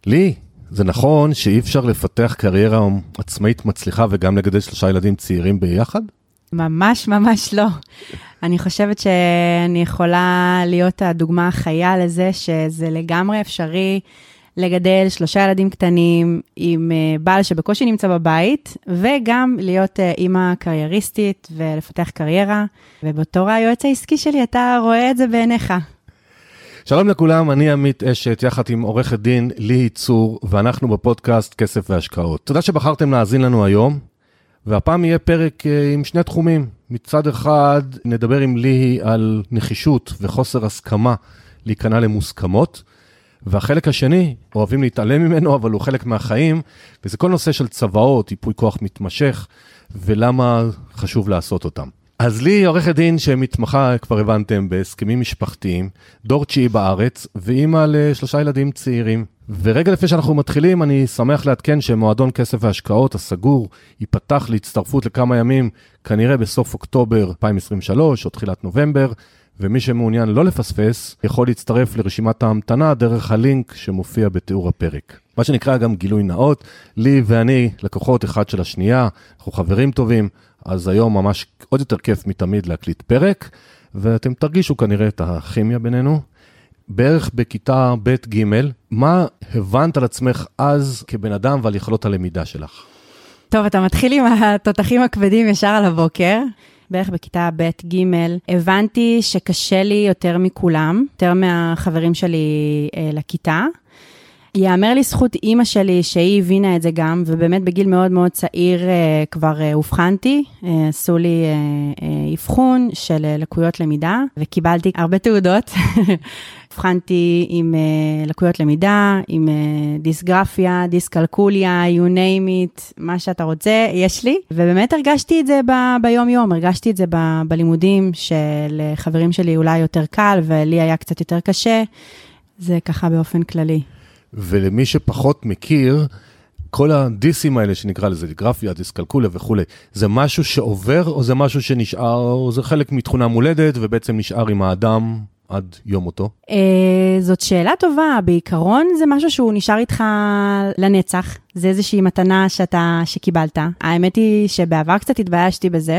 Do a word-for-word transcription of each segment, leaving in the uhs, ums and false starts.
לי, זה נכון שאי אפשר לפתח קריירה עצמאית מצליחה וגם לגדל שלושה ילדים צעירים ביחד? ממש ממש לא. אני חושבת שאני יכולה להיות הדוגמה החיה לזה שזה לגמרי אפשרי לגדל שלושה ילדים קטנים עם בעל שבקושי נמצא בבית, וגם להיות אימא קרייריסטית ולפתח קריירה, ובתור היועץ העסקי שלי אתה רואה את זה בעיניך. שלום לכולם, אני עמית אשת, יחד עם עורכת דין לי צור, ואנחנו בפודקאסט כסף והשקעות. תודה שבחרתם להאזין לנו היום, והפעם יהיה פרק עם שני תחומים. מצד אחד נדבר עם לי על נחישות וחוסר הסכמה להיכנע למוסכמות, והחלק השני, אוהבים להתעלם ממנו, אבל הוא חלק מהחיים, וזה כל נושא של צבאות, ייפוי כוח מתמשך, ולמה חשוב לעשות אותם. אז לי עורכת דין שמתמחה, כבר הבנתם, בהסכמים משפחתיים, דור תשיעי בארץ, ואימא לשלושה ילדים צעירים. ורגע לפני שאנחנו מתחילים, אני שמח לעדכן שמועדון כסף והשקעות הסגור, ייפתח להצטרפות לכמה ימים, כנראה בסוף אוקטובר אלפיים עשרים ושלוש, או תחילת נובמבר, ומי שמעוניין לא לפספס, יכול להצטרף לרשימת ההמתנה דרך הלינק שמופיע בתיאור הפרק. מה שנקרא גם גילוי נאות, לי ואני לקוחות אחד של השנייה, אנחנו חברים טובים, אז היום ממש עוד יותר כיף מתמיד להקליט פרק, ואתם תרגישו כנראה את הכימיה בינינו. בערך בכיתה ב' ג', מה הבנת על עצמך אז כבן אדם ועל יכולות הלמידה שלך? טוב, אתה מתחיל עם התותחים הכבדים ישר על הבוקר. בערך בכיתה ב' ג' הבנתי שקשה לי יותר מכולם, יותר מהחברים שלי אה, לכיתה. יאמר לי זכות אימא שלי שהיא הבינה את זה גם, ובאמת בגיל מאוד מאוד צעיר אה, כבר אה, הובחנתי, אה, עשו לי אה, אה, אבחון של אה, לקויות למידה, וקיבלתי הרבה תעודות. הבחנתי עם אה, לקויות למידה, עם אה, דיסגרפיה, דיסקלקוליה, you name it, מה שאתה רוצה, יש לי. ובאמת הרגשתי את זה ב- ביום יום, הרגשתי את זה ב- בלימודים של חברים שלי אולי יותר קל, ולי היה קצת יותר קשה. זה ככה באופן כללי. ולמי שפחות מכיר, כל הדיסים האלה שנקרא לזה, גרפיה, דיסקלקוליה וכו', זה משהו שעובר או זה משהו שנשאר, או זה חלק מתכונה מולדת ובעצם נשאר עם האדם עד יום מותו? זאת שאלה טובה, בעיקרון זה משהו שהוא נשאר איתך לנצח, זה איזושהי מתנה שאתה, שקיבלת. האמת היא שבעבר קצת התביישתי בזה,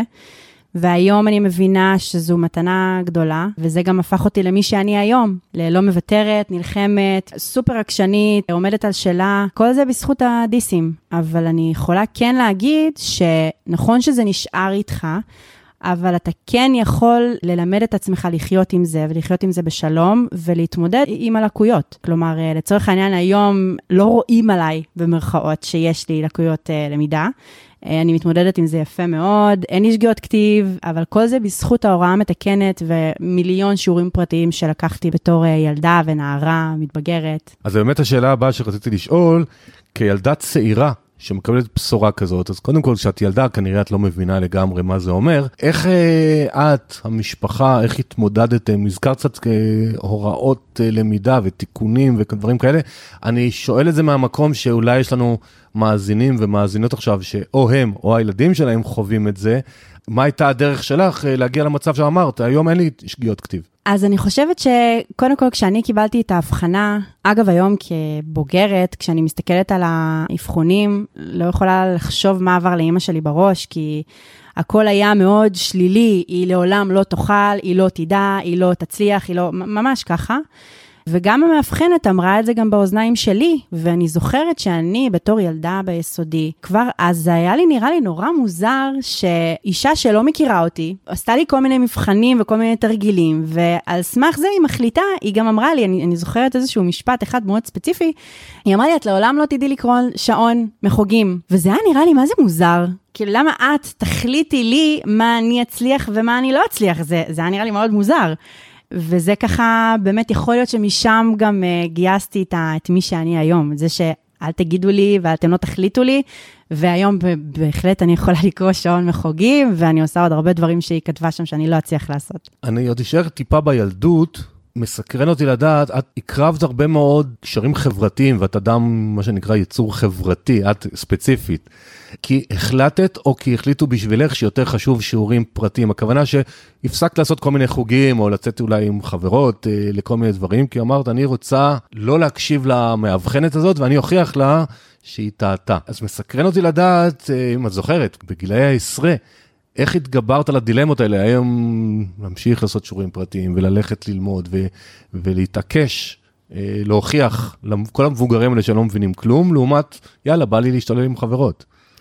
והיום אני מבינה שזו מתנה גדולה, וזה גם הפך אותי למי שאני היום, ללא מוותרת, נלחמת, סופר עקשנית, עומדת על שלה, כל זה בזכות הדיסים. אבל אני יכולה כן להגיד שנכון שזה נשאר איתך, אבל אתה כן יכול ללמד את עצמך לחיות עם זה, ולחיות עם זה בשלום, ולהתמודד עם הלקויות. כלומר, לצורך העניין היום לא רואים עליי במרכאות שיש לי לקויות למידה, אני מתמודדת עם זה יפה מאוד, אין לי שגיאות כתיב, אבל כל זה בזכות ההוראה המתקנת ומיליון שיעורים פרטיים שלקחתי בתור ילדה ונערה, מתבגרת. אז באמת השאלה הבאה שרציתי לשאול, כילדה צעירה שמקבלת בשורה כזאת, אז קודם כל כשאת ילדה כנראה את לא מבינה לגמרי מה זה אומר, איך אה, את, המשפחה, איך התמודדתם, נזכרת קצת כהוראות אה, למידה ותיקונים ודברים כאלה, אני שואל את זה מהמקום שאולי יש לנו מאזינים ומאזינות עכשיו, שאו הם או הילדים שלהם חווים את זה, מה הייתה הדרך שלך להגיע למצב שאמרת, היום אין לי שגיאות כתיב? אז אני חושבת שקודם כל כשאני קיבלתי את ההבחנה, אגב היום כבוגרת, כשאני מסתכלת על האבחונים, לא יכולה לחשוב מה עבר לאמא שלי בראש, כי הכל היה מאוד שלילי, היא לעולם לא תאכל, היא לא תדע, היא לא תצליח, היא לא, ממש ככה. וגם המאבחנת אמרה את זה גם באוזניים שלי, ואני זוכרת שאני בתור ילדה ביסודי, כבר אז זה היה לי נראה לי נורא מוזר, שאישה שלא מכירה אותי, עשתה לי כל מיני מבחנים וכל מיני תרגילים, ועל סמך זה היא מחליטה, היא גם אמרה לי, אני, אני זוכרת איזשהו משפט אחד מאוד ספציפי, היא אמרה לי, את לעולם לא תדעי לקרוא שעון מחוגים, וזה היה נראה לי מה זה מוזר, כאילו למה את תחליטי לי מה אני אצליח ומה אני לא אצליח, זה, זה היה נראה לי מאוד מוזר. וזה ככה, באמת יכול להיות שמשם גם uh, גייסתי את, את מי שאני היום, את זה שאל תגידו לי ואתם לא תחליטו לי, והיום בהחלט אני יכולה לקרוא שעון מחוגים, ואני עושה עוד הרבה דברים שהיא כתבה שם שאני לא אצליח לעשות. אני עוד אשאר טיפה בילדות, מסקרן אותי לדעת, את הקרבת הרבה מאוד קשרים חברתיים, ואת אדם, מה שנקרא, יצור חברתי, את ספציפית. כי החלטת, או כי החליטו בשבילך שיותר חשוב שיעורים פרטיים. הכוונה שהפסקת לעשות כל מיני חוגים, או לצאת אולי עם חברות, לכל מיני דברים, כי אמרת, אני רוצה לא להקשיב למאבחנת הזאת, ואני אוכיח לה שהיא טעתה. אז מסקרן אותי לדעת, אם את זוכרת, בגילאי העשרה, איך התגברת על הדילמות האלה, היום להמשיך לעשות שיעורים פרטיים, וללכת ללמוד, ו- ולהתעקש, אה, להוכיח לכל המבוגרים האלה שלא מבינים כלום, לעומת, יאללה, בא לי להשתולל עם חברות.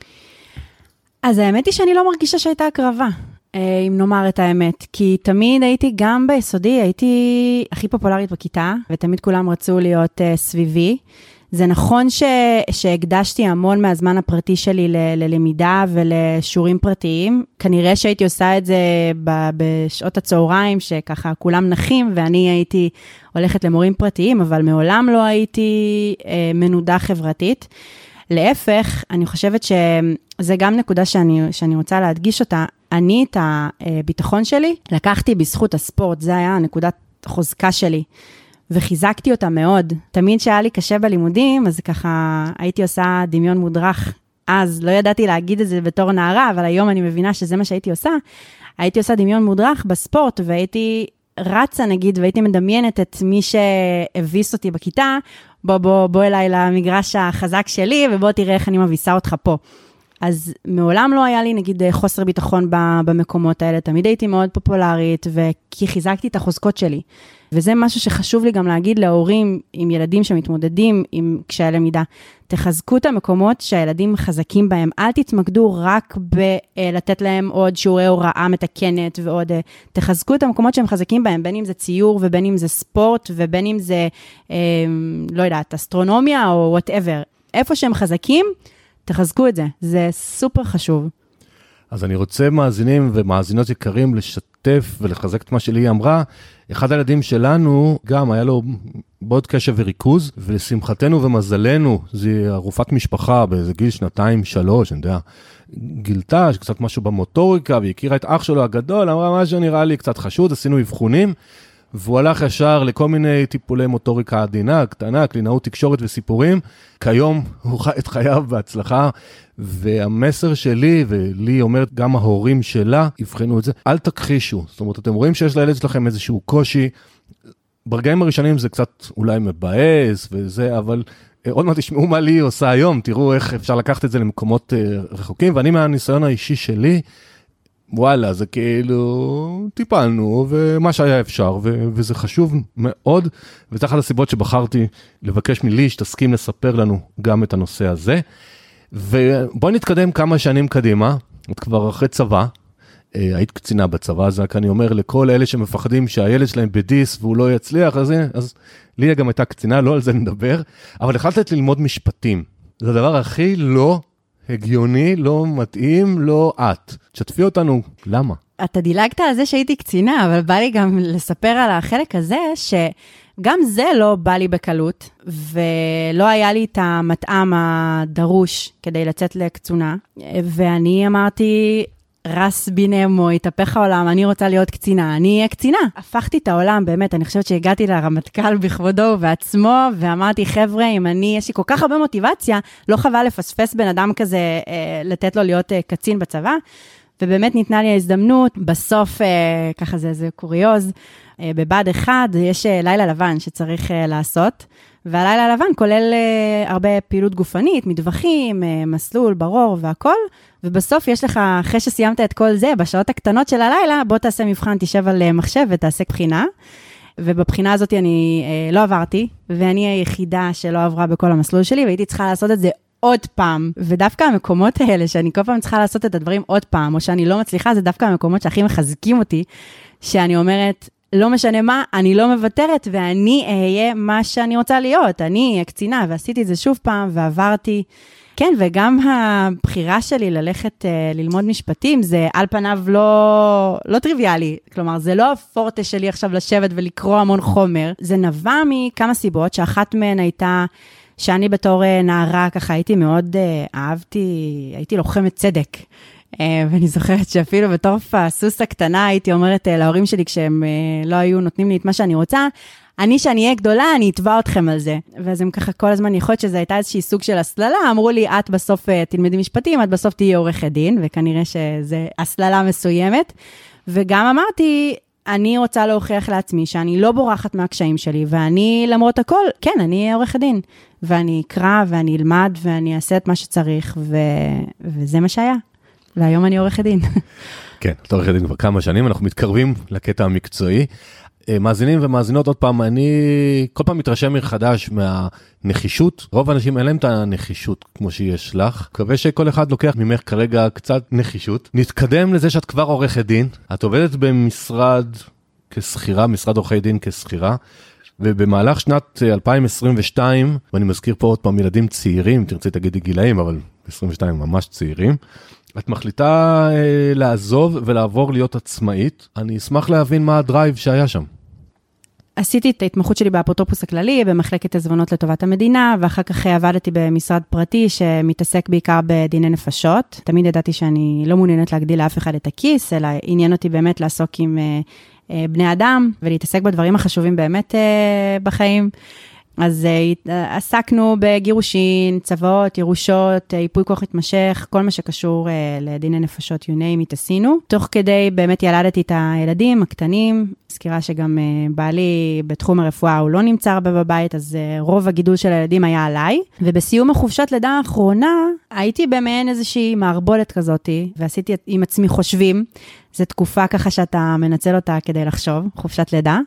אז האמת היא שאני לא מרגישה שהייתה הקרבה, אה, אם נאמר את האמת, כי תמיד הייתי גם ביסודי, הייתי הכי פופולרית בכיתה, ותמיד כולם רצו להיות אה, סביבי, זה נכון ש... שהקדשתי המון מהזמן הפרטי שלי ל... ללמידה ולשיעורים פרטיים. כנראה שהייתי עושה את זה ב... בשעות הצהריים, שככה כולם נחים, ואני הייתי הולכת למורים פרטיים, אבל מעולם לא הייתי אה, מנודה חברתית. להפך, אני חושבת שזה גם נקודה שאני, שאני רוצה להדגיש אותה. אני את הביטחון שלי לקחתי בזכות הספורט, זה היה נקודת חוזקה שלי. וחיזקתי אותה מאוד. תמיד שהיה לי קשה בלימודים, אז ככה הייתי עושה דמיון מודרך. אז לא ידעתי להגיד את זה בתור נערה, אבל היום אני מבינה שזה מה שהייתי עושה. הייתי עושה דמיון מודרך בספורט, והייתי רצה נגיד, והייתי מדמיינת את מי שהביס אותי בכיתה, בוא בוא בוא אליי למגרש החזק שלי, ובוא תראה איך אני מביסה אותך פה. אז מעולם לא היה לי נגיד חוסר ביטחון במקומות האלה, תמיד הייתי מאוד פופולרית, וכי חיזקתי את החוזקות שלי. וזה משהו שחשוב לי גם להגיד להורים עם ילדים שמתמודדים עם קשיי למידה. תחזקו את המקומות שהילדים חזקים בהם. אל תתמקדו רק בלתת להם עוד שיעורי הוראה מתקנת ועוד. תחזקו את המקומות שהם חזקים בהם, בין אם זה ציור ובין אם זה ספורט ובין אם זה, אה, לא יודעת, אסטרונומיה או whatever. איפה שהם חזקים, תחזקו את זה. זה סופר חשוב. אז אני רוצה מאזינים ומאזינות יקרים לשתף ולחזק את מה שלי אמרה. אחד הילדים שלנו גם היה לו בעוד קשב וריכוז, ולשמחתנו ומזלנו, זה ערופת משפחה באיזה גיל שנתיים, שלוש, אני יודע, גילתה שקצת משהו במוטוריקה, והיא הכירה את אח שלו הגדול, אמרה משהו נראה לי קצת חשוד, עשינו אבחונים, והוא הלך ישר לכל מיני טיפולי מוטוריקה עדינה, קטנה, קלינאות תקשורת וסיפורים. כיום הוא חי את חייו בהצלחה, והמסר שלי, ולי אומרת גם ההורים שלה, יבחנו את זה, אל תכחישו. זאת אומרת, אתם רואים שיש לילד שלכם איזשהו קושי, ברגעים הראשונים זה קצת אולי מבאס וזה, אבל עוד מעט תשמעו מה לי עושה היום, תראו איך אפשר לקחת את זה למקומות רחוקים, ואני מהניסיון האישי שלי, וואלה, זה כאילו, טיפלנו, ומה שהיה אפשר, ו- וזה חשוב מאוד, וזה אחת הסיבות שבחרתי לבקש מלי, שתסכים לספר לנו גם את הנושא הזה, ובואי נתקדם כמה שנים קדימה, את כבר אחרי צבא, היית קצינה בצבא, אז רק אני אומר לכל אלה שמפחדים שהילד שלהם בדיס, והוא לא יצליח, אז, אז לי גם הייתה קצינה, לא על זה נדבר, אבל החלטת ללמוד משפטים, זה הדבר הכי לא הגיוני, לא מתאים, לא את. תשתפי אותנו, למה? אתה דילגת על זה שהייתי קצינה, אבל בא לי גם לספר על החלק הזה, שגם זה לא בא לי בקלות, ולא היה לי את המטעם הדרוש כדי לצאת לקצונה, ואני אמרתי, רס בינמו, התהפך העולם, אני רוצה להיות קצינה, אני אהיה קצינה. הפכתי את העולם, באמת, אני חושבת שהגעתי לרמטכ"ל בכבודו ובעצמו, ואמרתי, חבר'ה, אם אני, יש לי כל כך הרבה מוטיבציה, לא חבל לפספס בן אדם כזה, אה, לתת לו להיות אה, קצין בצבא, ובאמת ניתנה לי ההזדמנות, בסוף, אה, ככה זה, זה קוריוז, אה, בבד אחד, יש אה, לילה לבן שצריך אה, לעשות, והלילה הלבן כולל uh, הרבה פעילות גופנית, מטווחים, uh, מסלול, ברור והכל, ובסוף יש לך, אחרי שסיימת את כל זה, בשעות הקטנות של הלילה, בוא תעשה מבחן, תשב על uh, מחשב ותעשה בחינה, ובבחינה הזאת אני uh, לא עברתי, ואני היחידה שלא עברה בכל המסלול שלי, והייתי צריכה לעשות את זה עוד פעם, ודווקא המקומות האלה, שאני כל פעם צריכה לעשות את הדברים עוד פעם, או שאני לא מצליחה, זה דווקא המקומות שהכי מחזקים אותי, שאני אומרת, לא משנה מה, אני לא מוותרת, ואני אהיה מה שאני רוצה להיות. אני אהיה קצינה, ועשיתי את זה שוב פעם, ועברתי. כן, וגם הבחירה שלי ללכת uh, ללמוד משפטים, זה על פניו לא, לא טריוויאלי. כלומר, זה לא הפורטה שלי עכשיו לשבת ולקרוא המון חומר. זה נבע מכמה סיבות, שאחת מהן הייתה, שאני בתור נערה, ככה הייתי מאוד, uh, אהבתי, הייתי לוחמת צדק. ואני זוכרת שאפילו בתור הסוס הקטנה הייתי אומרת להורים שלי כשהם לא היו נותנים לי את מה שאני רוצה, אני שאני אהיה גדולה, אני אתבע אתכם על זה. ואז הם ככה כל הזמן יכול להיות שזה הייתה איזושהי סוג של הסללה, אמרו לי, את בסוף תלמדי משפטים, את בסוף תהיה עורכת דין, וכנראה שזה הסללה מסוימת. וגם אמרתי, אני רוצה להוכיח לעצמי שאני לא בורחת מהקשיים שלי, ואני למרות הכל, כן, אני אהיה עורכת דין. ואני אקרא, ואני אלמד, ואני אעשה את מה שצריך, ו... וזה מה שהיה. והיום אני עורכת דין. כן, את עורכת דין כבר כמה שנים, אנחנו מתקרבים לקטע המקצועי. מאזינים ומאזינות עוד פעם, אני כל פעם מתרשם מחדש מהנחישות, רוב האנשים אין להם את הנחישות כמו שיש לך, מקווה שכל אחד לוקח ממך כרגע קצת נחישות. נתקדם לזה שאת כבר עורכת דין, את עובדת במשרד כסחירה, משרד עורכי דין כסחירה, ובמהלך שנת אלפיים עשרים ושתיים, ואני מזכיר פה עוד פעם ילדים צעירים, תרצי תגידי גילאים, אבל עשרים ושתיים ממש צעירים, את מחליטה אה, לעזוב ולעבור להיות עצמאית, אני אשמח להבין מה הדרייב שהיה שם. עשיתי את ההתמחות שלי באפוטרופוס הכללי, במחלקת עזבונות לטובת המדינה, ואחר כך עבדתי במשרד פרטי שמתעסק בעיקר בדיני נפשות. תמיד ידעתי שאני לא מעוניינת להגדיל לאף אחד את הכיס, אלא עניין אותי באמת לעסוק עם אה, אה, בני אדם, ולהתעסק בדברים החשובים באמת אה, בחיים. אז uh, עסקנו בגירושין, צוואות, ירושות, ייפוי כוח מתמשך, כל מה שקשור uh, לדיני נפשות, you name it, עשינו. תוך כדי באמת ילדתי את הילדים הקטנים, זכירה שגם uh, בעלי בתחום הרפואה הוא לא נמצא הרבה בבית, אז uh, רוב הגידול של הילדים היה עליי, ובסיום החופשת לידה האחרונה, הייתי במעין איזושהי מערבולת כזאת, ועשיתי עם עצמי חושבים, זו תקופה ככה שאתה מנצל אותה כדי לחשוב, חופשת לידה,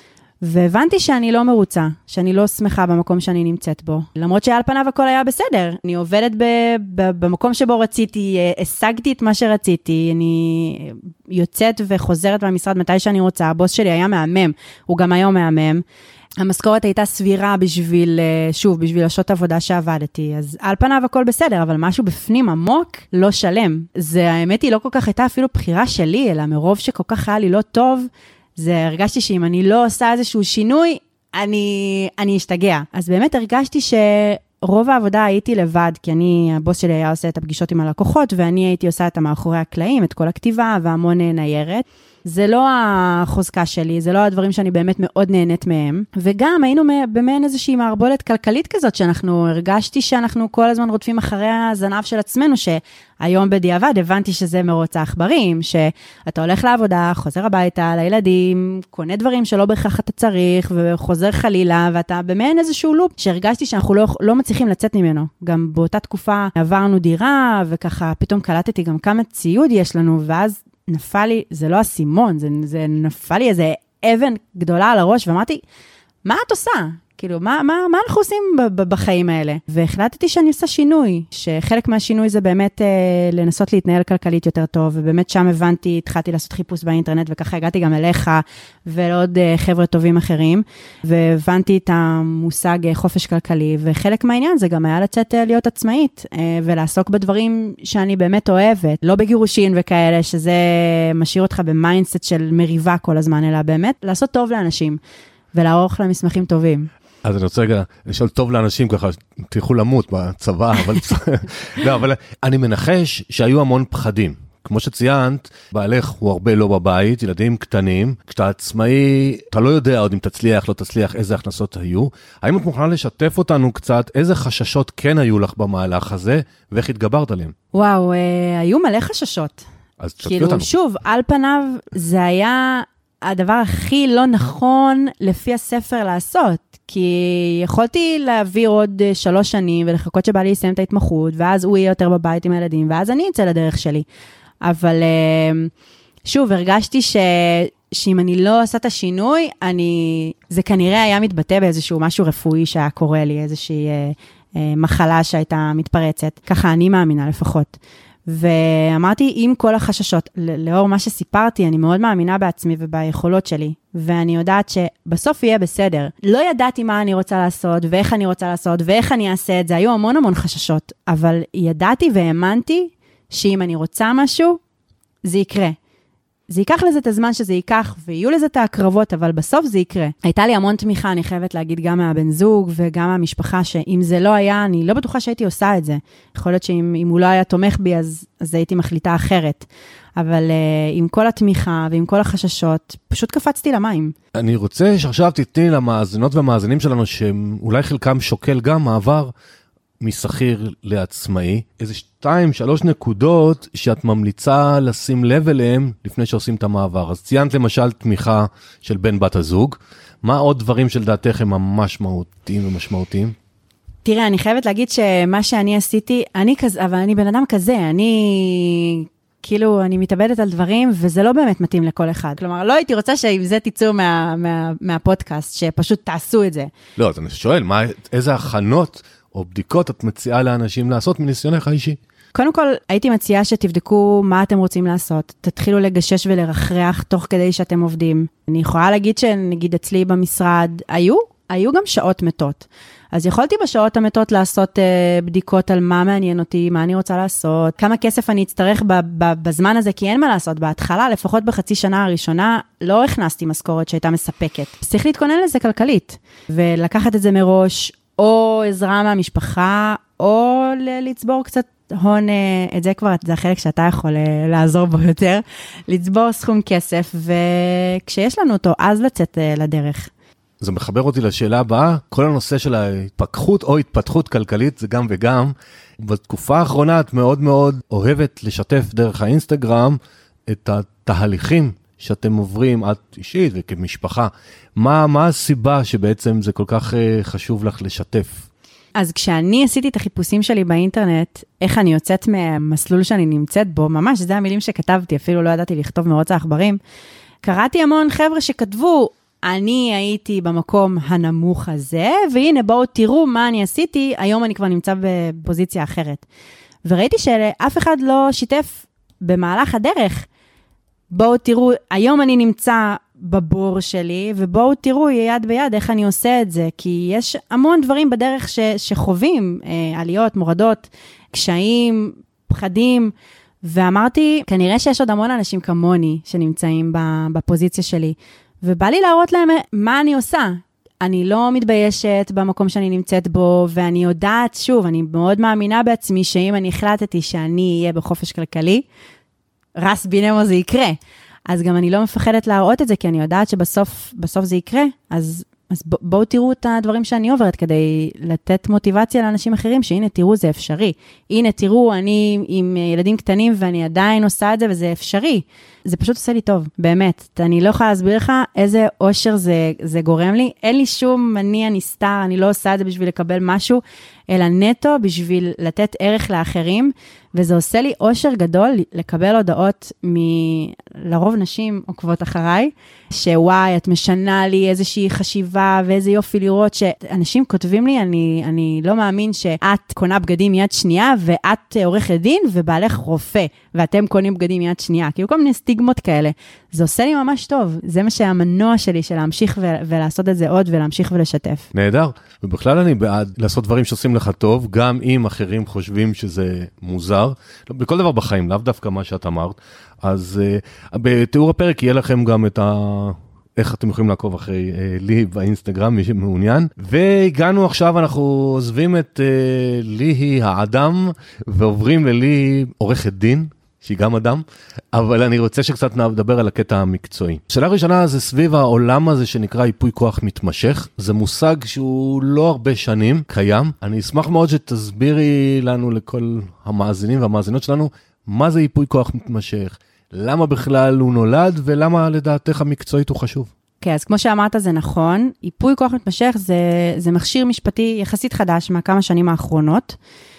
והבנתי שאני לא מרוצה, שאני לא שמחה במקום שאני נמצאת בו. למרות שעל פניו הכל היה בסדר. אני עובדת ב- ב- במקום שבו רציתי, השגתי את מה שרציתי, אני יוצאת וחוזרת מהמשרד מתי שאני רוצה, הבוס שלי היה מהמם, הוא גם היום מהמם. המשכורת הייתה סבירה בשביל, שוב, בשביל השעות עבודה שעבדתי, אז על פניו הכל בסדר, אבל משהו בפנים עמוק לא שלם. זה, האמת היא, לא כל כך הייתה אפילו בחירה שלי, אלא מרוב שכל כך היה לי לא טוב, זה הרגשתי שאם אני לא עושה איזשהו שינוי, אני, אני אשתגע. אז באמת הרגשתי שרוב העבודה הייתי לבד, כי אני, הבוס שלי היה עושה את הפגישות עם הלקוחות, ואני הייתי עושה את המאחורי הקלעים, את כל הכתיבה והמון ניירת. זה לא החוזקה שלי, זה לא הדברים שאני באמת מאוד נהנית מהם. וגם היינו במעין איזושהי מערבולת כלכלית כזאת, שאנחנו הרגשתי שאנחנו כל הזמן רודפים אחרי הזנב של עצמנו, שהיום בדיעבד הבנתי שזה מרוץ העכברים, שאתה הולך לעבודה, חוזר הביתה לילדים, קונה דברים שלא בהכרח אתה צריך, וחוזר חלילה, ואתה במעין איזשהו לופ, שהרגשתי שאנחנו לא, לא מצליחים לצאת ממנו. גם באותה תקופה עברנו דירה, וככה פתאום קלטתי גם כמה ציוד יש לנו, ואז נפל לי, זה לא הסימון, זה, זה נפל לי איזה אבן גדולה על הראש, ואמרתי, מה את עושה? כאילו, מה, מה, מה אנחנו עושים בחיים האלה? והחלטתי שאני עושה שינוי, שחלק מהשינוי זה באמת אה, לנסות להתנהל כלכלית יותר טוב, ובאמת שם הבנתי, התחלתי לעשות חיפוש באינטרנט, וככה הגעתי גם אליך, ולעוד אה, חבר'ה טובים אחרים, והבנתי את המושג אה, חופש כלכלי, וחלק מהעניין זה גם היה לצאת אה, להיות עצמאית, אה, ולעסוק בדברים שאני באמת אוהבת, לא בגירושין וכאלה, שזה משאיר אותך במיינדסט של מריבה כל הזמן, אלא באמת לעשות טוב לאנשים, ולערוך להם מסמכים טובים. אז אני רוצה רגע לשאול טוב לאנשים ככה, תלכו למות בצבא, אבל, לא, אבל אני מנחש שהיו המון פחדים. כמו שציינת, בעלך הוא הרבה לא בבית, ילדים קטנים, כשאתה עצמאי, אתה לא יודע עוד אם תצליח, לא תצליח, איזה הכנסות היו. האם את מוכנה לשתף אותנו קצת, איזה חששות כן היו לך במהלך הזה, ואיך התגברת עליהם? וואו, אה, היו מלא חששות. אז תשתפי כאילו, אותנו. שוב, על פניו זה היה הדבר הכי לא נכון לפי הספר לעשות, כי יכולתי להעביר עוד שלוש שנים ולחכות שבא לי יסיים את ההתמחות, ואז הוא יהיה יותר בבית עם הילדים, ואז אני אצא לדרך שלי. אבל שוב, הרגשתי ש... שאם אני לא עושה את השינוי, אני... זה כנראה היה מתבטא באיזשהו משהו רפואי שהיה קורה לי, איזושהי מחלה שהייתה מתפרצת. ככה אני מאמינה לפחות. ואמרתי, עם כל החששות, לאור מה שסיפרתי, אני מאוד מאמינה בעצמי וביכולות שלי, ואני יודעת שבסוף יהיה בסדר. לא ידעתי מה אני רוצה לעשות, ואיך אני רוצה לעשות, ואיך אני אעשה את זה, היו המון המון חששות, אבל ידעתי והאמנתי שאם אני רוצה משהו, זה יקרה. זה ייקח לזה את הזמן שזה ייקח, ויהיו לזה את ההקרבות, אבל בסוף זה יקרה. הייתה לי המון תמיכה, אני חייבת להגיד, גם מהבן זוג וגם מהמשפחה, שאם זה לא היה, אני לא בטוחה שהייתי עושה את זה. יכול להיות שאם אם הוא לא היה תומך בי, אז, אז הייתי מחליטה אחרת. אבל uh, עם כל התמיכה ועם כל החששות, פשוט קפצתי למים. אני רוצה שעכשיו תתני למאזינות והמאזינים שלנו, שאולי חלקם שוקל גם מעבר משכיר לעצמאי, איזה שתיים, שלוש נקודות שאת ממליצה לשים לב אליהם לפני שעושים את המעבר. אז ציינת למשל תמיכה של בן בת הזוג, מה עוד דברים שלדעתך הם ממש מהותיים ומשמעותיים? תראה, אני חייבת להגיד שמה שאני עשיתי, אני כזה, אבל אני בן אדם כזה, אני כאילו, אני מתאבדת על דברים, וזה לא באמת מתאים לכל אחד. כלומר, לא הייתי רוצה שעם זה תיצאו מה, מה, מהפודקאסט, שפשוט תעשו את זה. לא, אז אני שואל, מה, איזה הכנות או בדיקות את מציעה לאנשים לעשות מניסיונך האישי? קודם כל, הייתי מציעה שתבדקו מה אתם רוצים לעשות. תתחילו לגשש ולרחרח תוך כדי שאתם עובדים. אני יכולה להגיד שנגיד אצלי במשרד, היו, היו גם שעות מתות. אז יכולתי בשעות המתות לעשות uh, בדיקות על מה מעניין אותי, מה אני רוצה לעשות, כמה כסף אני אצטרך ב- ב- בזמן הזה, כי אין מה לעשות. בהתחלה, לפחות בחצי שנה הראשונה, לא הכנסתי משכורת שהייתה מספקת. צריך להתכונן לזה כלכלית, ולקחת את זה מראש, או עזרה מהמשפחה, או ל- לצבור קצת הון, את זה כבר, זה החלק שאתה יכול לעזור בו יותר, לצבור סכום כסף, וכשיש לנו אותו, אז לצאת לדרך. זה מחבר אותי לשאלה הבאה, כל הנושא של ההתפתחות או התפתחות כלכלית, זה גם וגם. בתקופה האחרונה את מאוד מאוד אוהבת לשתף דרך האינסטגרם את התהליכים שאתם עוברים, את אישית וכמשפחה. מה, מה הסיבה שבעצם זה כל כך חשוב לך לשתף? אז כשאני עשיתי את החיפושים שלי באינטרנט, איך אני יוצאת מהמסלול שאני נמצאת בו, ממש זה המילים שכתבתי, אפילו לא ידעתי לכתוב מרוץ העכברים, קראתי המון חבר'ה שכתבו, אני הייתי במקום הנמוך הזה, והנה בואו תראו מה אני עשיתי, היום אני כבר נמצא בפוזיציה אחרת. וראיתי שאף אחד לא שיתף במהלך הדרך. בואו תראו, היום אני נמצא בבור שלי, ובואו תראו יד ביד איך אני עושה את זה, כי יש המון דברים בדרך ש, שחווים, אה, עליות, מורדות, קשיים, פחדים, ואמרתי, כנראה שיש עוד המון אנשים כמוני שנמצאים בפוזיציה שלי, ובא לי להראות להם מה אני עושה. אני לא מתביישת במקום שאני נמצאת בו, ואני יודעת, שוב, אני מאוד מאמינה בעצמי, שאם אני החלטתי שאני אהיה בחופש כלכלי, רס בינמו זה יקרה. אז גם אני לא מפחדת להראות את זה, כי אני יודעת שבסוף בסוף זה יקרה, אז, אז בואו תראו את הדברים שאני עוברת, כדי לתת מוטיבציה לאנשים אחרים, שהנה תראו זה אפשרי. הנה תראו, אני עם ילדים קטנים, ואני עדיין עושה את זה, וזה אפשרי. זה פשוט עושה לי טוב, באמת. אני לא יכולה להסביר לך איזה אושר זה, זה גורם לי. אין לי שום מניע נסתר, אני לא עושה את זה בשביל לקבל משהו, אלא נטו בשביל לתת ערך לאחרים, וזה עושה לי אושר גדול לקבל הודעות מלרוב נשים עוקבות אחריי, שוואי, את משנה לי איזושהי חשיבה ואיזה יופי לראות שאנשים כותבים לי, אני, אני לא מאמין שאת קונה בגדים יד שנייה, ואת עורכת דין ובעלך רופא, ואתם קונים בגדים יד שנייה, כאילו כל מיני סטיגמות כאלה. זה עושה לי ממש טוב, זה מה שהמנוע שלי של להמשיך ו- ולעשות את זה עוד ולהמשיך ולשתף. נהדר, ובכלל אני בעד לעשות דברים שעושים לך טוב, גם אם אחרים חושבים שזה מוזר, בכל דבר בחיים, לאו דווקא מה שאת אמרת, אז uh, בתיאור הפרק יהיה לכם גם את ה... איך אתם יכולים לעקוב אחרי uh, לי באינסטגרם, מי שמעוניין, והגענו עכשיו, אנחנו עוזבים את uh, לי האדם, ועוברים ללי עורכת דין, שהיא גם אדם, אבל אני רוצה שקצת נדבר על הקטע המקצועי. שאלה ראשונה זה סביב העולם הזה שנקרא ייפוי כוח מתמשך, זה מושג שהוא לא הרבה שנים קיים, אני אשמח מאוד שתסבירי לנו לכל המאזינים והמאזינות שלנו, מה זה ייפוי כוח מתמשך, למה בכלל הוא נולד ולמה לדעתך המקצועית הוא חשוב. כן, אז כמו שאמרת זה נכון, ייפוי כוח מתמשך זה, זה מכשיר משפטי יחסית חדש מהכמה שנים האחרונות,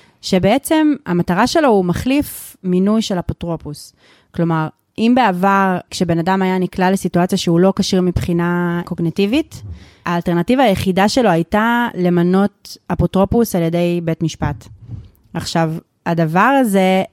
שבעצם המטרה שלו הוא מחליף מינוי של אפוטרופוס. כלומר, אם בעבר, כשבן אדם היה נקלע לסיטואציה שהוא לא קשיר מבחינה קוגניטיבית, האלטרנטיבה היחידה שלו הייתה למנות אפוטרופוס על ידי בית משפט. עכשיו, הדבר הזה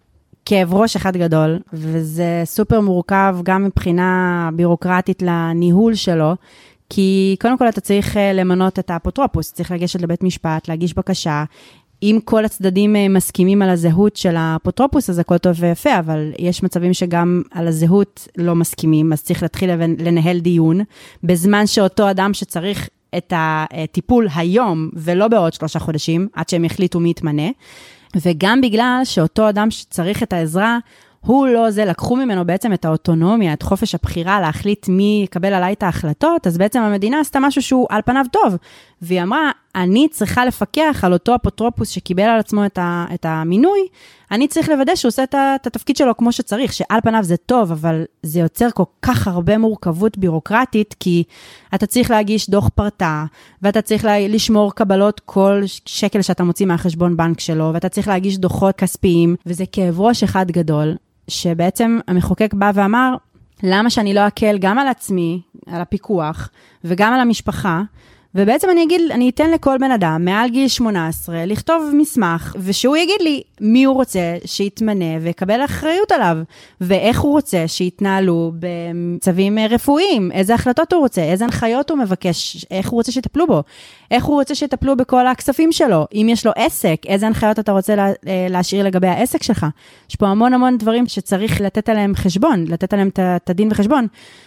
כאב ראש אחד גדול, וזה סופר מורכב גם מבחינה בירוקרטית לניהול שלו, כי קודם כל אתה צריך למנות את האפוטרופוס, צריך לגשת לבית משפט, להגיש בקשה, אם כל הצדדים מסכימים על הזהות של האפוטרופוס, אז הכל טוב ויפה, אבל יש מצבים שגם על הזהות לא מסכימים, אז צריך להתחיל לנהל דיון, בזמן שאותו אדם שצריך את הטיפול היום, ולא בעוד שלושה חודשים, עד שהם יחליטו מי יתמנה, וגם בגלל שאותו אדם שצריך את העזרה, הוא לא זה, לקחו ממנו בעצם את האוטונומיה, את חופש הבחירה, להחליט מי יקבל עליי את ההחלטות, אז בעצם המדינה עשתה משהו שהוא על פניו טוב, והיא אמרה, אני צריכה לפקח על אותו אפוטרופוס שקיבל על עצמו את, ה, את המינוי, אני צריך לוודא שהוא עושה את, את התפקיד שלו כמו שצריך, שעל פניו זה טוב, אבל זה יוצר כל כך הרבה מורכבות בירוקרטית, כי אתה צריך להגיש דוח פרטה, ואתה צריך לשמור קבלות כל שקל שאתה מוציא מהחשבון בנק שלו, ואתה צריך להגיש דוחות כספיים, וזה כאב ראש אחד גדול, שבעצם המחוקק בא ואמר, למה שאני לא אקל גם על עצמי, על הפיקוח, וגם על המשפחה, ובעצם אני אגיד, אני אתן לכל בן אדם, מעל גיל שמונה עשרה, לכתוב מסמך, ושהוא יגיד לי מי הוא רוצה שיתמנה ויקבל אחריות עליו, ואיך הוא רוצה שיתנהלו בצווים רפואיים, איזה החלטות הוא רוצה, איזה הנחיות הוא מבקש, איך הוא רוצה שיטפלו בו, איך הוא רוצה שיטפלו בכל הכספים שלו, אם יש לו עסק, איזה הנחיות אתה רוצה לה, להשאיר לגבי העסק שלך. יש פה המון המון דברים שצריך לתת עליהם חשבון, לתת עליהם את הדין וחשבון,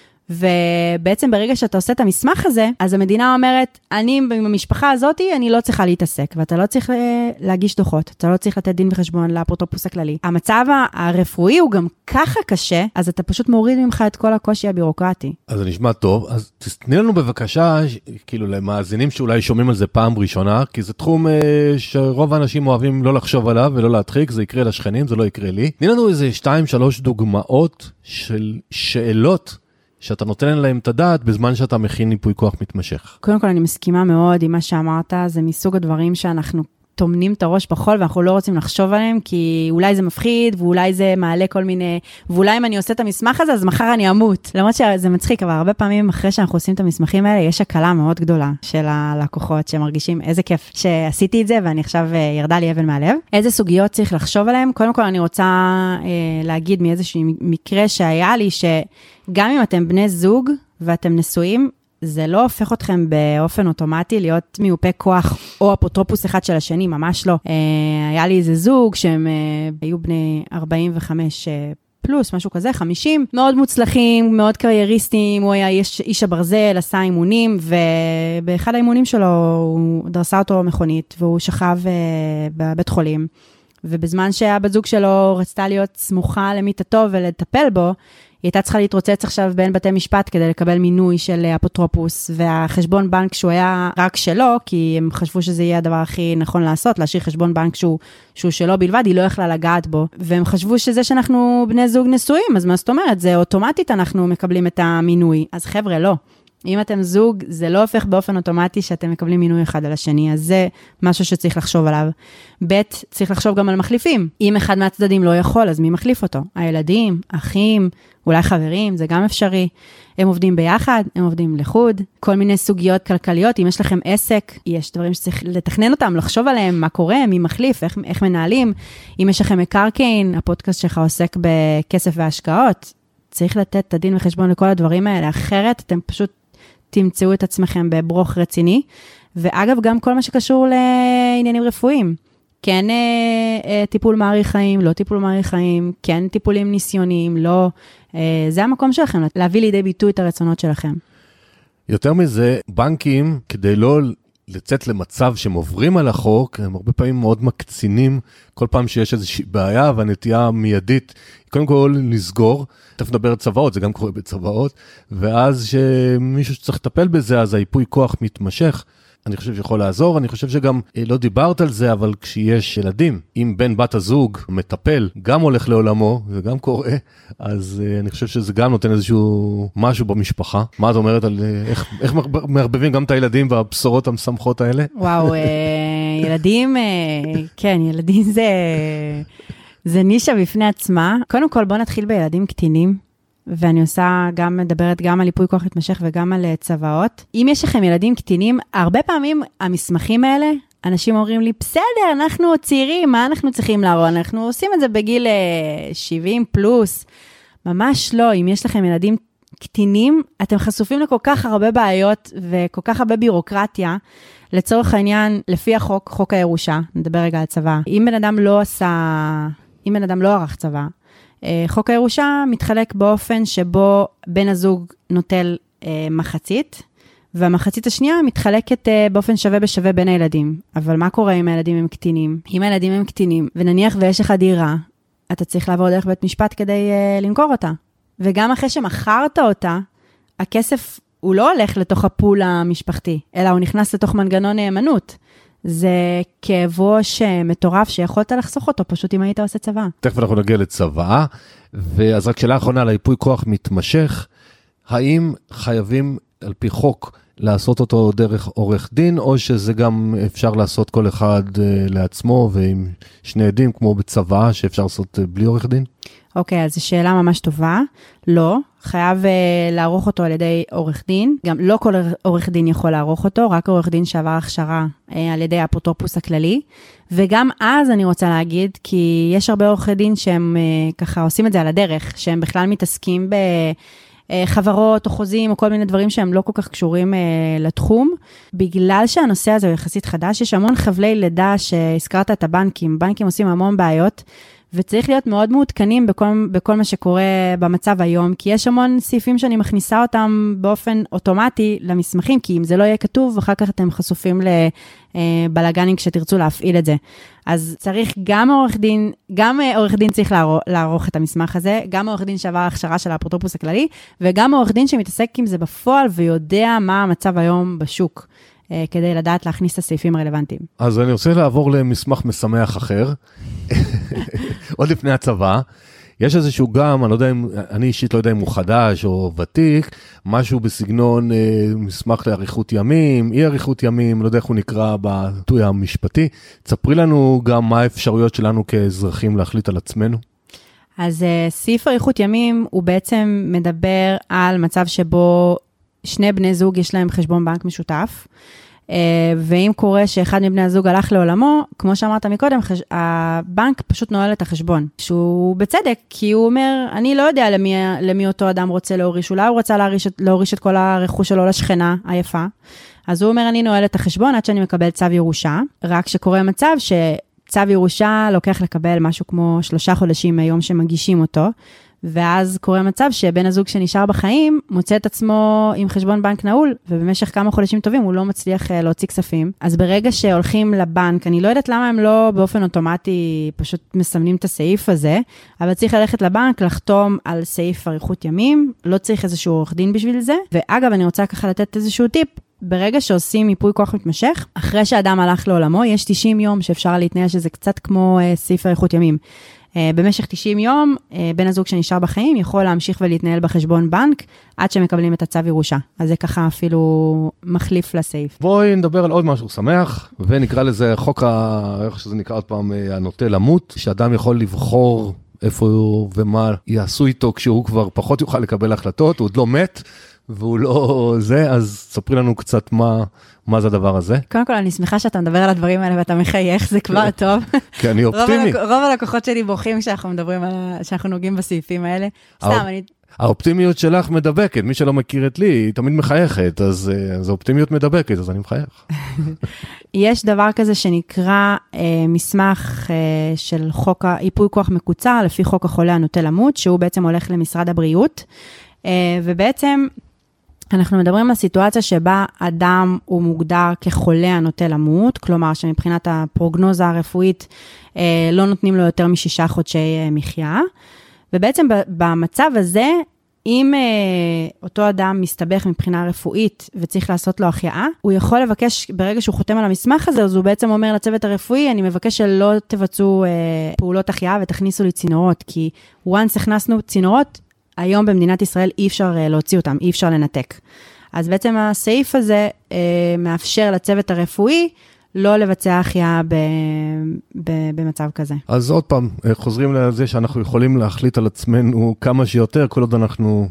ובעצם ברגע שאתה עושה את המסמך הזה, אז המדינה אומרת, אני עם המשפחה הזאת, אני לא צריכה להתעסק, ואתה לא צריך להגיש דוחות, אתה לא צריך לתת דין וחשבון לאפוטרופוס הכללי. המצב הרפואי הוא גם ככה קשה, אז אתה פשוט מוריד ממך את כל הקושי הבירוקרטי. אז זה נשמע טוב, אז תתני לנו בבקשה, כאילו למאזינים שאולי שומעים על זה פעם ראשונה, כי זה תחום שרוב האנשים אוהבים לא לחשוב עליו ולא להדחיק, זה יקרה לשכנים, זה לא יקרה לי. תני לנו איזה שתיים, שלוש דוגמאות של שאלות שאתה נותן להם את הדעת בזמן שאתה מכין ייפוי כוח מתמשך. קודם כל אני מסכימה מאוד עם מה שאמרת, זה מסוג הדברים שאנחנו תומנים את הראש בחול, ואנחנו לא רוצים לחשוב עליהם, כי אולי זה מפחיד, ואולי זה מעלה כל מיני, ואולי אם אני עושה את המסמך הזה, אז מחר אני אמות. למרות שזה מצחיק, אבל הרבה פעמים אחרי שאנחנו עושים את המסמכים האלה, יש הקלה מאוד גדולה של הלקוחות, שמרגישים איזה כיף שעשיתי את זה, ואני עכשיו ירדה לי אבן מהלב. איזה סוגיות צריך לחשוב עליהם? קודם כל אני רוצה אה, להגיד מאיזשהו מקרה שהיה לי, שגם אם אתם בני זוג, ואתם נשואים, זה לא הופך אתכם באופן אוטומטי להיות מיופה כוח או אפוטרופוס אחד של השני, ממש לא. היה לי איזה זוג שהם היו בני ארבעים וחמש פלוס, משהו כזה, חמישים, מאוד מוצלחים, מאוד קרייריסטים, הוא היה איש, איש הברזל, עשה אימונים, ובאחד האימונים שלו הוא דרסה אותו מכונית, והוא שכב בבית חולים, ובזמן שהבת זוג שלו רצתה להיות סמוכה למיטתו ולטפל בו, היא הייתה צריכה להתרוצץ עכשיו בין בתי משפט כדי לקבל מינוי של אפוטרופוס, והחשבון בנק שהוא היה רק שלו, כי הם חשבו שזה יהיה הדבר הכי נכון לעשות, להשאיר חשבון בנק שהוא, שהוא שלו בלבד, היא לא יכלה לגעת בו, והם חשבו שזה שאנחנו בני זוג נשואים, אז מה זאת אומרת? זה אוטומטית אנחנו מקבלים את המינוי, אז חבר'ה, לא. אם אתם זוג, זה לא הופך באופן אוטומטי שאתם מקבלים מינוי אחד על השני, אז זה משהו שצריך לחשוב עליו. ב', צריך לחשוב גם על מחליפים. אם אחד מהצדדים לא יכול, אז מי מחליף אותו? הילדים, אחים, אולי חברים, זה גם אפשרי. הם עובדים ביחד, הם עובדים לחוד, כל מיני סוגיות כלכליות. אם יש לכם עסק, יש דברים שצריך לתכנן אותם, לחשוב עליהם, מה קורה, מי מחליף, איך, איך מנהלים. אם יש לכם מקרקעין, הפודקאסט שלך עוסק בכסף והשקעות, צריך לתת את הדין וחשבון לכל הדברים האלה, אחרת אתם פשוט תמצאו את עצמכם בברוך רציני, ואגב, גם כל מה שקשור לעניינים רפואיים, כן אה, טיפול מאריך חיים, לא טיפול מאריך חיים, כן טיפולים ניסיוניים, לא, אה, זה המקום שלכם, להביא לידי ביטוי את הרצונות שלכם. יותר מזה, בנקים, כדי לא לצאת למצב שהם עוברים על החוק, הם הרבה פעמים מאוד מקצינים, כל פעם שיש איזושהי בעיה, והנטייה מיידית, קודם כל לסגור, תכף נדבר על צבאות, זה גם קורה בצבאות, ואז שמישהו שצריך לטפל בזה, אז היפוי כוח מתמשך, אני חושב שיכול לעזור, אני חושב שגם לא דיברת על זה, אבל כשיש ילדים, אם בן בת הזוג מטפל, גם הולך לעולמו, זה גם קורה, אז אני חושב שזה גם נותן איזשהו משהו במשפחה. מה את אומרת על איך, איך מערבבים גם את הילדים והבשורות המשמחות האלה? וואו, ילדים, כן, ילדים זה, זה נישה בפני עצמה. קודם כל בוא נתחיל בילדים קטינים. ואני עושה גם, מדברת גם על ייפוי כוח מתמשך וגם על צוואות. אם יש לכם ילדים קטינים, הרבה פעמים המסמכים האלה, אנשים אומרים לי, בסדר, אנחנו צעירים, מה אנחנו צריכים להראות? אנחנו עושים את זה בגיל שבעים פלוס. ממש לא, אם יש לכם ילדים קטינים, אתם חשופים לכל כך הרבה בעיות וכל כך הרבה בירוקרטיה, לצורך העניין, לפי החוק, חוק הירושה, נדבר רגע על צבא, אם בן אדם לא עשה, אם בן אדם לא ערך צבא, חוק הירושה מתחלק באופן שבו בן הזוג נוטל מחצית, והמחצית השנייה מתחלקת באופן שווה בשווה בין הילדים. אבל מה קורה אם הילדים הם קטינים? אם הילדים הם קטינים, ונניח ויש לך דירה, אתה צריך לעבור דרך בית משפט כדי למכור אותה. וגם אחרי שמכרת אותה, הכסף הוא לא הולך לתוך הפול המשפחתי, אלא הוא נכנס לתוך מנגנון נאמנות. זה כאב ראש מטורף שיכולת לחסוך אותו, פשוט אם היית עושה צבא. תכף אנחנו נגיע לצבא, ואז רק שאלה האחרונה, לייפוי כוח מתמשך, האם חייבים על פי חוק לעשות אותו דרך עורך דין, או שזה גם אפשר לעשות כל אחד לעצמו, ועם שני עדים, כמו בצבא, שאפשר לעשות בלי עורך דין? אוקיי, אז זו שאלה ממש טובה. לא, חייב uh, לערוך אותו על ידי עורך דין. גם לא כל עורך דין יכול לערוך אותו, רק עורך דין שעבר הכשרה uh, על ידי האפוטרופוס הכללי. וגם אז אני רוצה להגיד, כי יש הרבה עורכי דין שהם uh, ככה עושים את זה על הדרך, שהם בכלל מתעסקים ב... חברות או חוזים או כל מיני דברים שהם לא כל כך קשורים אה, לתחום. בגלל שהנושא הזה הוא יחסית חדש, יש המון חבלי לידה שהזכרת את הבנקים. בנקים עושים המון בעיות, וצריך להיות מאוד מעודכנים בכל, בכל מה שקורה במצב היום, כי יש המון סעיפים שאני מכניסה אותם באופן אוטומטי למסמכים, כי אם זה לא יהיה כתוב, אחר כך אתם חשופים לבלגנים כשתרצו להפעיל את זה. אז צריך גם עורך דין, גם עורך דין צריך לערוך, לערוך את המסמך הזה, גם עורך דין שעבר ההכשרה של האפוטרופוס הכללי, וגם עורך דין שמתעסק עם זה בפועל, ויודע מה המצב היום בשוק, כדי לדעת להכניס את הסעיפים הרלוונטיים. אז אני רוצה לעבור למסמך משמח אחר, עוד לפני הצבא. יש איזשהו גם, אני לא יודע אם, אני אישית לא יודע אם הוא חדש או ותיק, משהו בסגנון אה, מסמך לאריכות ימים, אי אריכות ימים, לא יודע איך הוא נקרא בביטוי המשפטי. תספרי לנו גם מה האפשרויות שלנו כאזרחים להחליט על עצמנו. אז אה, סעיף אריכות ימים הוא בעצם מדבר על מצב שבו שני בני זוג יש להם חשבון בנק משותף, ואם קורה שאחד מבני הזוג הלך לעולמו, כמו שאמרת מקודם, הבנק פשוט נועל את החשבון, שהוא בצדק, כי הוא אומר, אני לא יודע למי, למי אותו אדם רוצה להוריש, אולי הוא רוצה להוריש, להוריש את כל הרכוש שלו לשכנה היפה, אז הוא אומר, אני נועל את החשבון עד שאני מקבל צו ירושה, רק שקורה מצב שצו ירושה לוקח לקבל משהו כמו שלושה חודשים מהיום שמגישים אותו, ואז קורה מצב שבן הזוג שנשאר בחיים, מוצא את עצמו עם חשבון בנק נעול, ובמשך כמה חודשים טובים הוא לא מצליח להוציא כספים. אז ברגע שהולכים לבנק, אני לא יודעת למה הם לא באופן אוטומטי פשוט מסמנים את הסעיף הזה, אבל צריך ללכת לבנק, לחתום על סעיף אריכות ימים, לא צריך איזשהו עורך דין בשביל זה. ואגב, אני רוצה ככה לתת איזשהו טיפ, ברגע שעושים ייפוי כוח מתמשך, אחרי שהאדם הלך לעולמו, יש תשעים יום שאפשר להתנהל שזה קצת כמו סעיף אריכות ימים. במשך תשעים יום, בן הזוג שנשאר בחיים יכול להמשיך ולהתנהל בחשבון בנק, עד שמקבלים את הצו ירושה. אז זה ככה אפילו מחליף לסעיף. בואי נדבר על עוד משהו שמח, ונקרא לזה חוק, ה... איך שזה נקרא עוד פעם, הנוטה למות, שאדם יכול לבחור איפה הוא ומה יעשו איתו, כשהוא כבר פחות יוכל לקבל החלטות, הוא עוד לא מת, והוא לא זה, אז ספרי לנו קצת מה, מה זה הדבר הזה. קודם כל, אני שמחה שאתה מדבר על הדברים האלה, ואתה מחייך, זה כבר טוב. כי אני אופטימי. רוב הלקוחות שלי בוכים כשאנחנו מדברים על, שאנחנו נוגעים בסעיפים האלה. סתם, אני... האופטימיות שלך מדבקת, מי שלא מכיר את לי, היא תמיד מחייכת, אז זו אופטימיות מדבקת, אז אני מחייך. יש דבר כזה שנקרא אה, מסמך אה, של חוק ייפוי כוח מקוצר, לפי חוק החולה הנוטה למות, שהוא בעצם הולך למשרד הבריאות, אה, ובעצם אנחנו מדברים על סיטואציה שבה אדם הוא מוגדר כחולה הנוטה למות, כלומר שמבחינת הפרוגנוזה הרפואית אה, לא נותנים לו יותר משישה חודשי אה, מחיה, ובעצם במצב הזה, אם אה, אותו אדם מסתבך מבחינה רפואית וצריך לעשות לו החייאה, הוא יכול לבקש, ברגע שהוא חותם על המסמך הזה, אז הוא בעצם אומר לצוות הרפואי, אני מבקש שלא תבצעו אה, פעולות החייאה ותכניסו לי צינורות, כי once הכנסנו צינורות, היום במדינת ישראל אי אפשר אה, להוציא אותם, אי אפשר לנתק. אז בעצם הסעיף הזה אה, מאפשר לצוות הרפואי, לא לבצע החייאה ב, ב, במצב כזה. אז עוד פעם, חוזרים לזה שאנחנו יכולים להחליט על עצמנו כמה שיותר, כל עוד אנחנו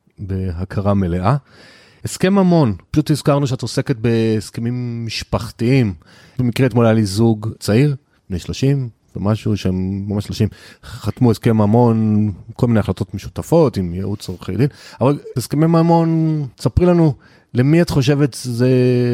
בהכרה מלאה. הסכם ממון, פשוט הזכרנו שאת עוסקת בהסכמים משפחתיים. במקרה אתמול היה לי זוג צעיר, בני שלושים, ומשהו שהם ממש שלושים, חתמו הסכם ממון, כל מיני החלטות משותפות, עם ייעוץ עורכי דין, אבל הסכמי ממון, תספרי לנו, למי את חושבת זה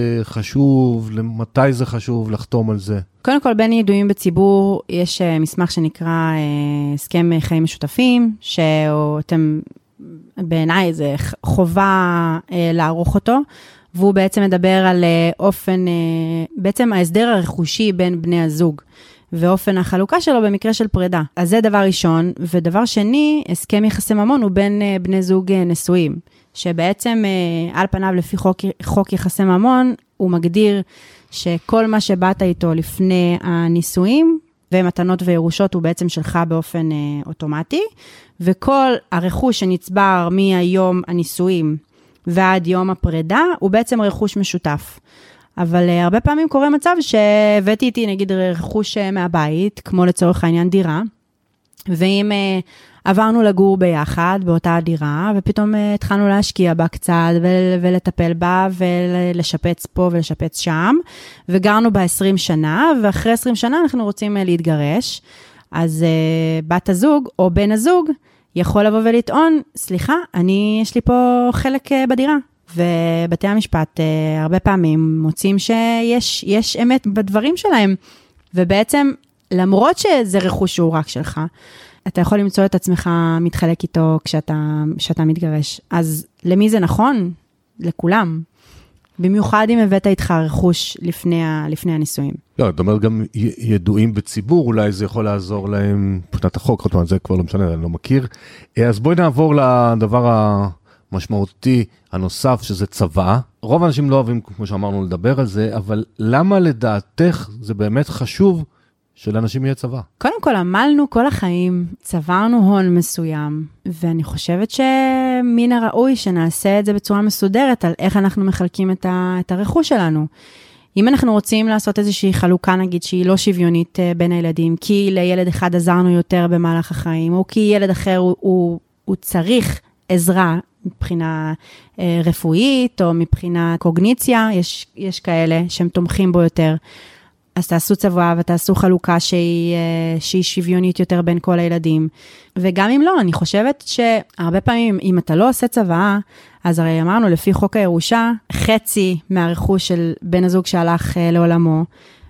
חשוב, למתי זה חשוב לחתום על זה? קודם כל, בין ידועים בציבור, יש מסמך שנקרא הסכם חיים משותפים, שאתם, בעיניי זה חובה לערוך אותו, והוא בעצם מדבר על אופן, בעצם ההסדר הרכושי בין בני הזוג, ואופן החלוקה שלו במקרה של פרידה. אז זה דבר ראשון, ודבר שני, הסכם יחסי ממון הוא בין בני זוג נשואים, שבעצם על פניו לפי חוק, חוק יחסי ממון, הוא מגדיר שכל מה שבאת איתו לפני הנישואים, ומתנות וירושות הוא בעצם שלך באופן אוטומטי, וכל הרכוש שנצבר מהיום הנישואים, ועד יום הפרידה, הוא בעצם רכוש משותף. אבל uh, הרבה פעמים קורה מצב שהבאתי איתי, נגיד, רכוש uh, מהבית, כמו לצורך העניין דירה, ואם uh, עברנו לגור ביחד באותה דירה, ופתאום uh, התחלנו להשקיע בה קצת, ול, ולטפל בה, ולשפץ פה ולשפץ שם, וגרנו בה עשרים שנה, ואחרי עשרים שנה אנחנו רוצים uh, להתגרש, אז uh, בת הזוג או בן הזוג, יכול לבוא ולטעון, סליחה, אני, יש לי פה חלק בדירה, ובתי המשפט הרבה פעמים מוצאים שיש יש אמת בדברים שלהם, ובעצם, למרות שזה רכוש שהוא רק שלך, אתה יכול למצוא את עצמך מתחלק איתו כשאתה, כשאתה מתגרש. אז למי זה נכון? לכולם. במיוחד אם הבאת איתך רכוש לפני, לפני הנישואים. לא, זאת אומרת, גם ידועים בציבור, אולי זה יכול לעזור להם, מבחינת החוק, זאת אומרת, זה כבר לא משנה, אני לא מכיר. אז בואי נעבור לדבר המשמעותי הנוסף, שזה צבא. רוב האנשים לא אוהבים, כמו שאמרנו, לדבר על זה, אבל למה לדעתך זה באמת חשוב שלאנשים יהיה צבא? קודם כל, עמלנו כל החיים, צברנו הון מסוים, ואני חושבת שמן הראוי שנעשה את זה בצורה מסודרת, על איך אנחנו מחלקים את, ה, את הרכוש שלנו. אם אנחנו רוצים לעשות איזושהי חלוקה, נגיד, שהיא לא שוויונית בין הילדים, כי לילד אחד עזרנו יותר במהלך החיים, או כי ילד אחר הוא, הוא, הוא צריך עזרה מבחינה אה, רפואית, או מבחינה קוגניציה, יש, יש כאלה שהם תומכים בו יותר. אז תעשו צבא ותעשו חלוקה שהיא, שהיא שוויונית יותר בין כל הילדים. וגם אם לא, אני חושבת שהרבה פעמים, אם אתה לא עושה צבא, אז הרי אמרנו, לפי חוק הירושה, חצי מהרכוש של בן הזוג שהלך לעולמו,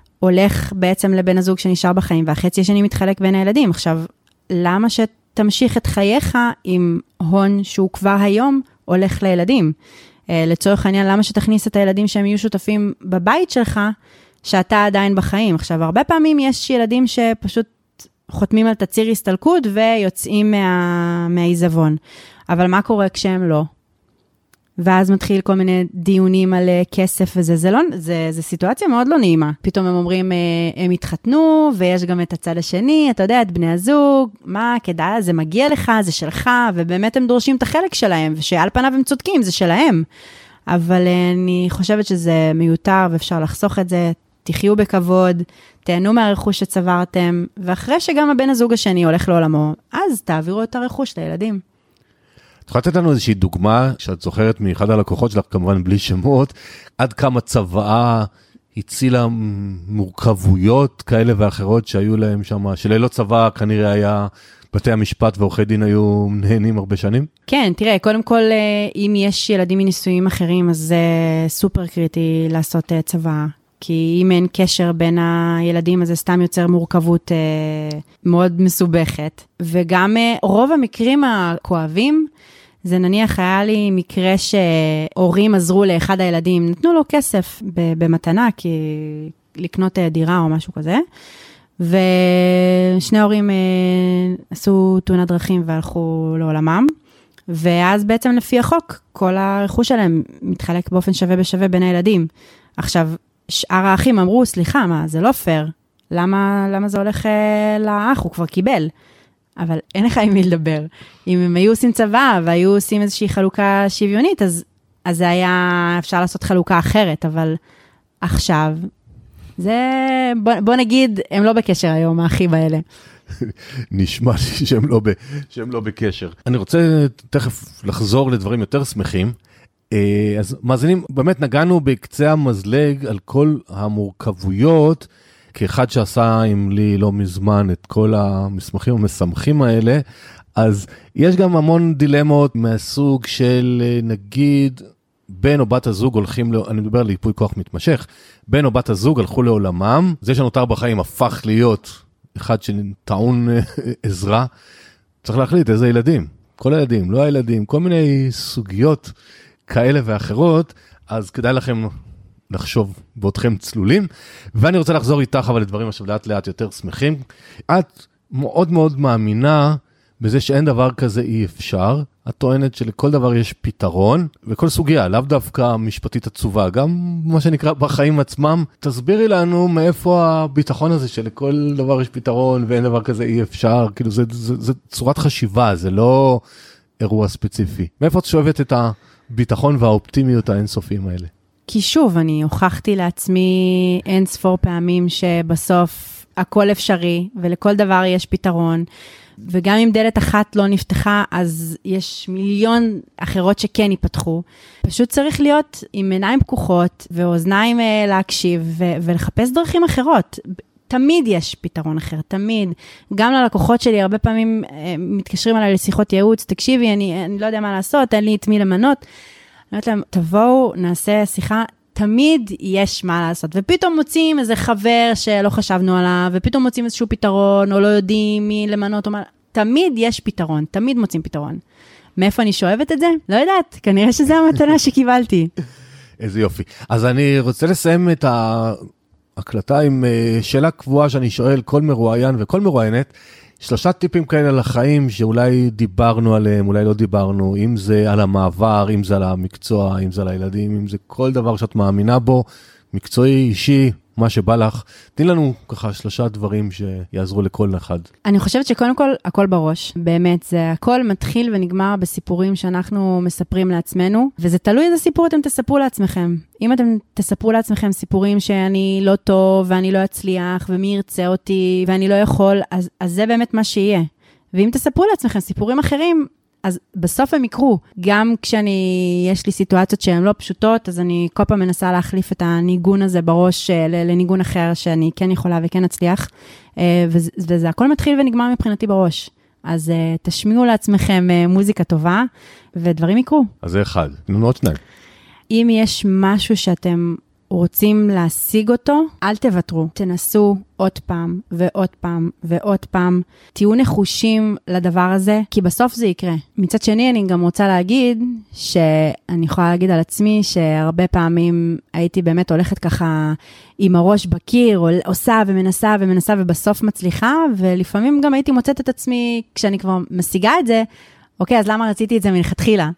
הולך בעצם לבן הזוג שנשאר בחיים, והחצי השני מתחלק בין הילדים. עכשיו, למה שתמשיך את חייך עם הון שהוא כבר היום הולך לילדים? לצורך העניין, למה שתכניס את הילדים שהם יהיו שותפים בבית שלך, שאתה עדיין בחיים. עכשיו, הרבה פעמים יש ילדים שפשוט חותמים על תציר הסתלקות ויוצאים מה, מהעיזבון. אבל מה קורה כשהם לא? ואז מתחיל כל מיני דיונים על כסף וזה. זה, לא, זה, זה סיטואציה מאוד לא נעימה. פתאום הם אומרים, הם התחתנו, ויש גם את הצד השני, אתה יודע, את בני הזוג, מה, כדאי, זה מגיע לך, זה שלך, ובאמת הם דורשים את החלק שלהם, ושעל פניו הם צודקים, זה שלהם. אבל אני חושבת שזה מיותר, ואפשר לחסוך את זה, תחיו בכבוד, תהנו מהרכוש שצברתם, ואחרי שגם הבן הזוג השני הולך לעולמו, אז תעבירו את הרכוש לילדים. את יכולה לתת לנו איזושהי דוגמה, שאת זוכרת מאחד הלקוחות שלך, כמובן בלי שמות, עד כמה צוואה הצילה מורכבויות כאלה ואחרות שהיו להם שם, שללא צבא כנראה היה בתי המשפט ועורכי דין היו נהנים הרבה שנים? כן, תראה, קודם כל, אם יש ילדים מנישואים אחרים, אז זה סופר קריטי לעשות צבא. כי אם אין קשר בין הילדים, אז זה סתם יוצר מורכבות אה, מאוד מסובכת. וגם אה, רוב המקרים הכואבים, זה נניח היה לי מקרה שהורים עזרו לאחד הילדים, נתנו לו כסף במתנה, כי לקנות דירה או משהו כזה, ושני ההורים אה, עשו תאונת דרכים והלכו לעולמם, ואז בעצם לפי החוק, כל הרכוש שלהם מתחלק באופן שווה בשווה בין הילדים. עכשיו, שאר האחים אמרו, סליחה, מה, זה לא פייר. למה, למה זה הולך אה, לאח? הוא כבר קיבל. אבל אין לך עם מי לדבר. אם הם היו עושים צבא, והיו עושים איזושהי חלוקה שוויונית, אז, אז זה היה, אפשר לעשות חלוקה אחרת, אבל עכשיו, זה, בוא, בוא נגיד, הם לא בקשר היום, האחים האלה. נשמע לי שהם לא, ב, שהם לא בקשר. אני רוצה תכף לחזור לדברים יותר שמחים, אז מאזינים, באמת נגענו בקצה המזלג על כל המורכבויות, כאחד שעשה עם לי לא מזמן את כל המסמכים המשמחים האלה, אז יש גם המון דילמות מהסוג של נגיד, בן או בת הזוג הולכים, לא, אני מדבר על ייפוי כוח מתמשך, בן או בת הזוג הלכו לעולמם, זה שנותר בחיים הפך להיות אחד שטעון עזרה, צריך להחליט איזה ילדים, כל הילדים, לא הילדים, כל מיני סוגיות כאלה ואחרות, אז כדאי לכם לחשוב בעודכם צלולים, ואני רוצה לחזור איתך אבל לדברים עכשיו לאט לאט יותר שמחים. את מאוד מאוד מאמינה בזה שאין דבר כזה אי אפשר, את טוענת שלכל דבר יש פתרון, וכל סוגיה, לאו דווקא משפטית עצובה, גם מה שנקרא בחיים עצמם, תסבירי לנו מאיפה הביטחון הזה שלכל דבר יש פתרון, ואין דבר כזה אי אפשר, כאילו זה, זה, זה צורת חשיבה, זה לא אירוע ספציפי. מאיפה את שואבת את הביטחון והאופטימיות האינסופיים האלה? כי שוב, אני הוכחתי לעצמי אין ספור פעמים שבסוף הכל אפשרי, ולכל דבר יש פתרון, וגם אם דלת אחת לא נפתחה, אז יש מיליון אחרות שכן ייפתחו. פשוט צריך להיות עם עיניים פקוחות, ואוזניים להקשיב, ו- ולחפש דרכים אחרות. תמיד יש פתרון אחר, תמיד. גם ללקוחות שלי, הרבה פעמים מתקשרים עליי לשיחות ייעוץ, תקשיבי, אני, אני לא יודע מה לעשות, אין לי את מי למנות. אני אומרת להם, תבואו, נעשה שיחה, תמיד יש מה לעשות, ופתאום מוצאים איזה חבר שלא חשבנו עליו, ופתאום מוצאים איזשהו פתרון, או לא יודעים מי למנות, או מה, תמיד יש פתרון, תמיד מוצאים פתרון. מאיפה אני שואבת את זה? לא יודעת, כנראה שזה המתנה שקיבלתי. איזה יופי. אז אני רוצה לסיים את ההקלטה עם שאלה קבועה שאני שואל כל מרואיין וכל מרואיינת, שלושה טיפים כאלה לחיים שאולי דיברנו עליהם, אולי לא דיברנו, אם זה על המעבר, אם זה על המקצוע, אם זה על הילדים, אם זה כל דבר שאת מאמינה בו, מקצועי, אישי, מה שבא לך. תני לנו ככה שלושה דברים שיעזרו לכל אחד. אני חושבת שקודם כל, הכל בראש. באמת, זה הכל מתחיל ונגמר בסיפורים שאנחנו מספרים לעצמנו, וזה תלוי איזה סיפור אתם תספרו לעצמכם. אם אתם תספרו לעצמכם סיפורים שאני לא טוב, ואני לא אצליח, ומי ירצה אותי, ואני לא יכול, אז, אז זה באמת מה שיהיה. ואם תספרו לעצמכם סיפורים אחרים, אז בסוף הם יקרו. גם כשאני, יש לי סיטואציות שהן לא פשוטות, אז אני כל פעם מנסה להחליף את הניגון הזה בראש לניגון אחר, שאני כן יכולה וכן אצליח. וזה, וזה הכל מתחיל ונגמר מבחינתי בראש. אז תשמיעו לעצמכם מוזיקה טובה, ודברים יקרו. אז זה אחד. תנו עוד שניים. אם יש משהו שאתם רוצים להשיג אותו, אל תוותרו. תנסו עוד פעם ועוד פעם ועוד פעם. תהיו נחושים לדבר הזה, כי בסוף זה יקרה. מצד שני, אני גם רוצה להגיד, שאני יכולה להגיד על עצמי, שהרבה פעמים הייתי באמת הולכת ככה עם הראש בקיר, עושה ומנסה ומנסה ובסוף מצליחה, ולפעמים גם הייתי מוצאת את עצמי, כשאני כבר משיגה את זה, אוקיי, אז למה רציתי את זה מלכתחילה?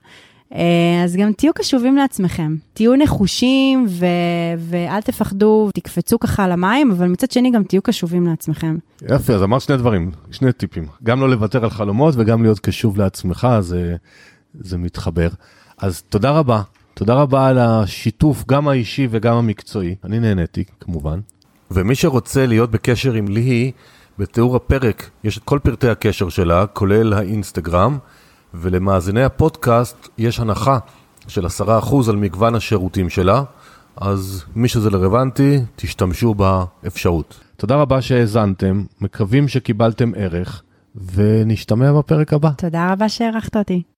אז גם תהיו קשובים לעצמכם, תהיו נחושים ו... ואל תפחדו, תקפצו ככה על המים, אבל מצד שני גם תהיו קשובים לעצמכם. יפה, אז אמרת שני דברים, שני טיפים, גם לא לוותר על חלומות וגם להיות קשוב לעצמך, זה, זה מתחבר. אז תודה רבה, תודה רבה על השיתוף, גם האישי וגם המקצועי, אני נהניתי כמובן. ומי שרוצה להיות בקשר עם ליהי, בתיאור הפרק יש את כל פרטי הקשר שלה, כולל האינסטגרם, ולמאזיני הפודקאסט יש הנחה של עשרה אחוז על מגוון השירותים שלה, אז מי שזה רלוונטי, תשתמשו באפשרות. תודה רבה שהאזנתם, מקווים שקיבלתם ערך, ונשתמע בפרק הבא. תודה רבה שהערכת אותי.